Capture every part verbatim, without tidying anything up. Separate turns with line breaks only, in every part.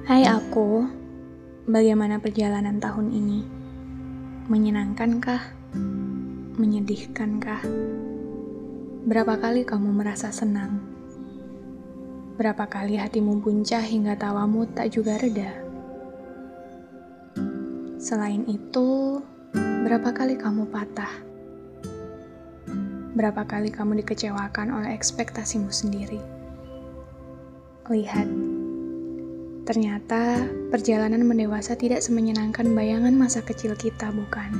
Hai aku, bagaimana perjalanan tahun ini? Menyenangkankah? Menyedihkankah? Berapa kali kamu merasa senang? Berapa kali hatimu buncah hingga tawamu tak juga reda? Selain itu, berapa kali kamu patah? Berapa kali kamu dikecewakan oleh ekspektasimu sendiri? Lihat, ternyata perjalanan mendewasa tidak semenyenangkan bayangan masa kecil kita, bukan?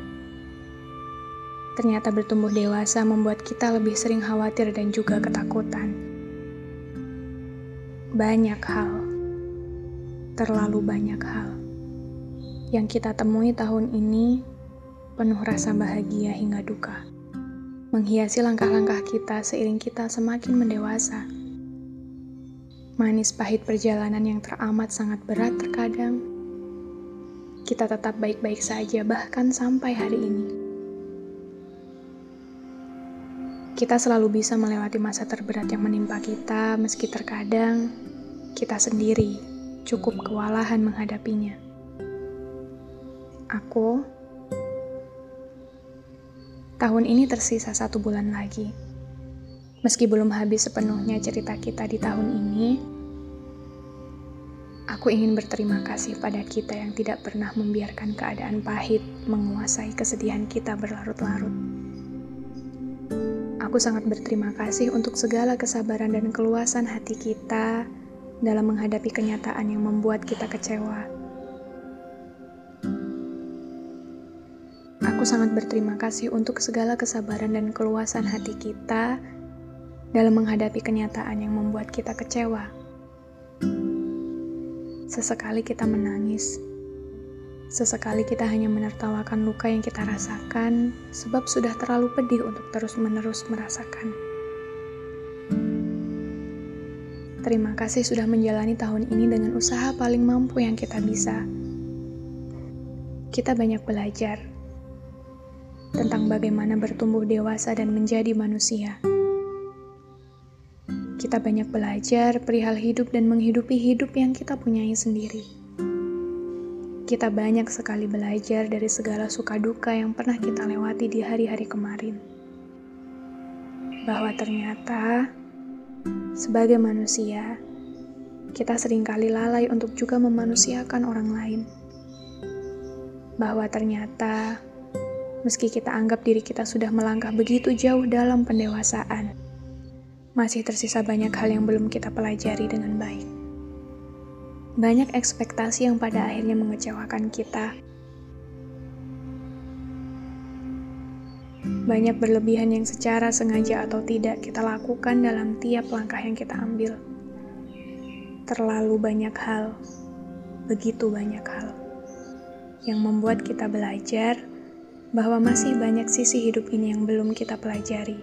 Ternyata bertumbuh dewasa membuat kita lebih sering khawatir dan juga ketakutan. Banyak hal, terlalu banyak hal, yang kita temui tahun ini penuh rasa bahagia hingga duka, menghiasi langkah-langkah kita seiring kita semakin mendewasa. Manis pahit perjalanan yang teramat sangat berat terkadang, kita tetap baik-baik saja bahkan sampai hari ini. Kita selalu bisa melewati masa terberat yang menimpa kita, meski terkadang kita sendiri cukup kewalahan menghadapinya. Aku, tahun ini tersisa satu bulan lagi. Meski belum habis sepenuhnya cerita kita di tahun ini, aku ingin berterima kasih pada kita yang tidak pernah membiarkan keadaan pahit menguasai kesedihan kita berlarut-larut. Aku sangat berterima kasih untuk segala kesabaran dan keluasan hati kita dalam menghadapi kenyataan yang membuat kita kecewa. Aku sangat berterima kasih untuk segala kesabaran dan keluasan hati kita dalam menghadapi kenyataan yang membuat kita kecewa. Sesekali kita menangis, sesekali kita hanya menertawakan luka yang kita rasakan sebab sudah terlalu pedih untuk terus-menerus merasakan. Terima kasih sudah menjalani tahun ini dengan usaha paling mampu yang kita bisa. Kita banyak belajar tentang bagaimana bertumbuh dewasa dan menjadi manusia. Kita banyak belajar perihal hidup dan menghidupi hidup yang kita punyai sendiri. Kita banyak sekali belajar dari segala suka duka yang pernah kita lewati di hari-hari kemarin. Bahwa ternyata, sebagai manusia, kita seringkali lalai untuk juga memanusiakan orang lain. Bahwa ternyata, meski kita anggap diri kita sudah melangkah begitu jauh dalam pendewasaan, masih tersisa banyak hal yang belum kita pelajari dengan baik. Banyak ekspektasi yang pada akhirnya mengecewakan kita. Banyak berlebihan yang secara sengaja atau tidak kita lakukan dalam tiap langkah yang kita ambil. Terlalu banyak hal, begitu banyak hal, yang membuat kita belajar bahwa masih banyak sisi hidup ini yang belum kita pelajari.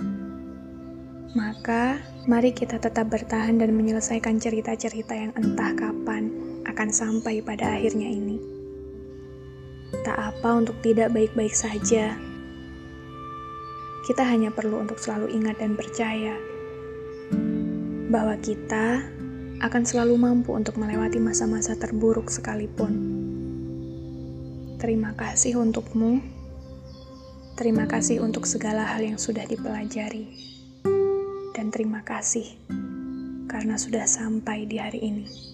Maka, mari kita tetap bertahan dan menyelesaikan cerita-cerita yang entah kapan akan sampai pada akhirnya ini. Tak apa untuk tidak baik-baik saja. Kita hanya perlu untuk selalu ingat dan percaya bahwa kita akan selalu mampu untuk melewati masa-masa terburuk sekalipun. Terima kasih untukmu. Terima kasih untuk segala hal yang sudah dipelajari. Dan terima kasih karena sudah sampai di hari ini.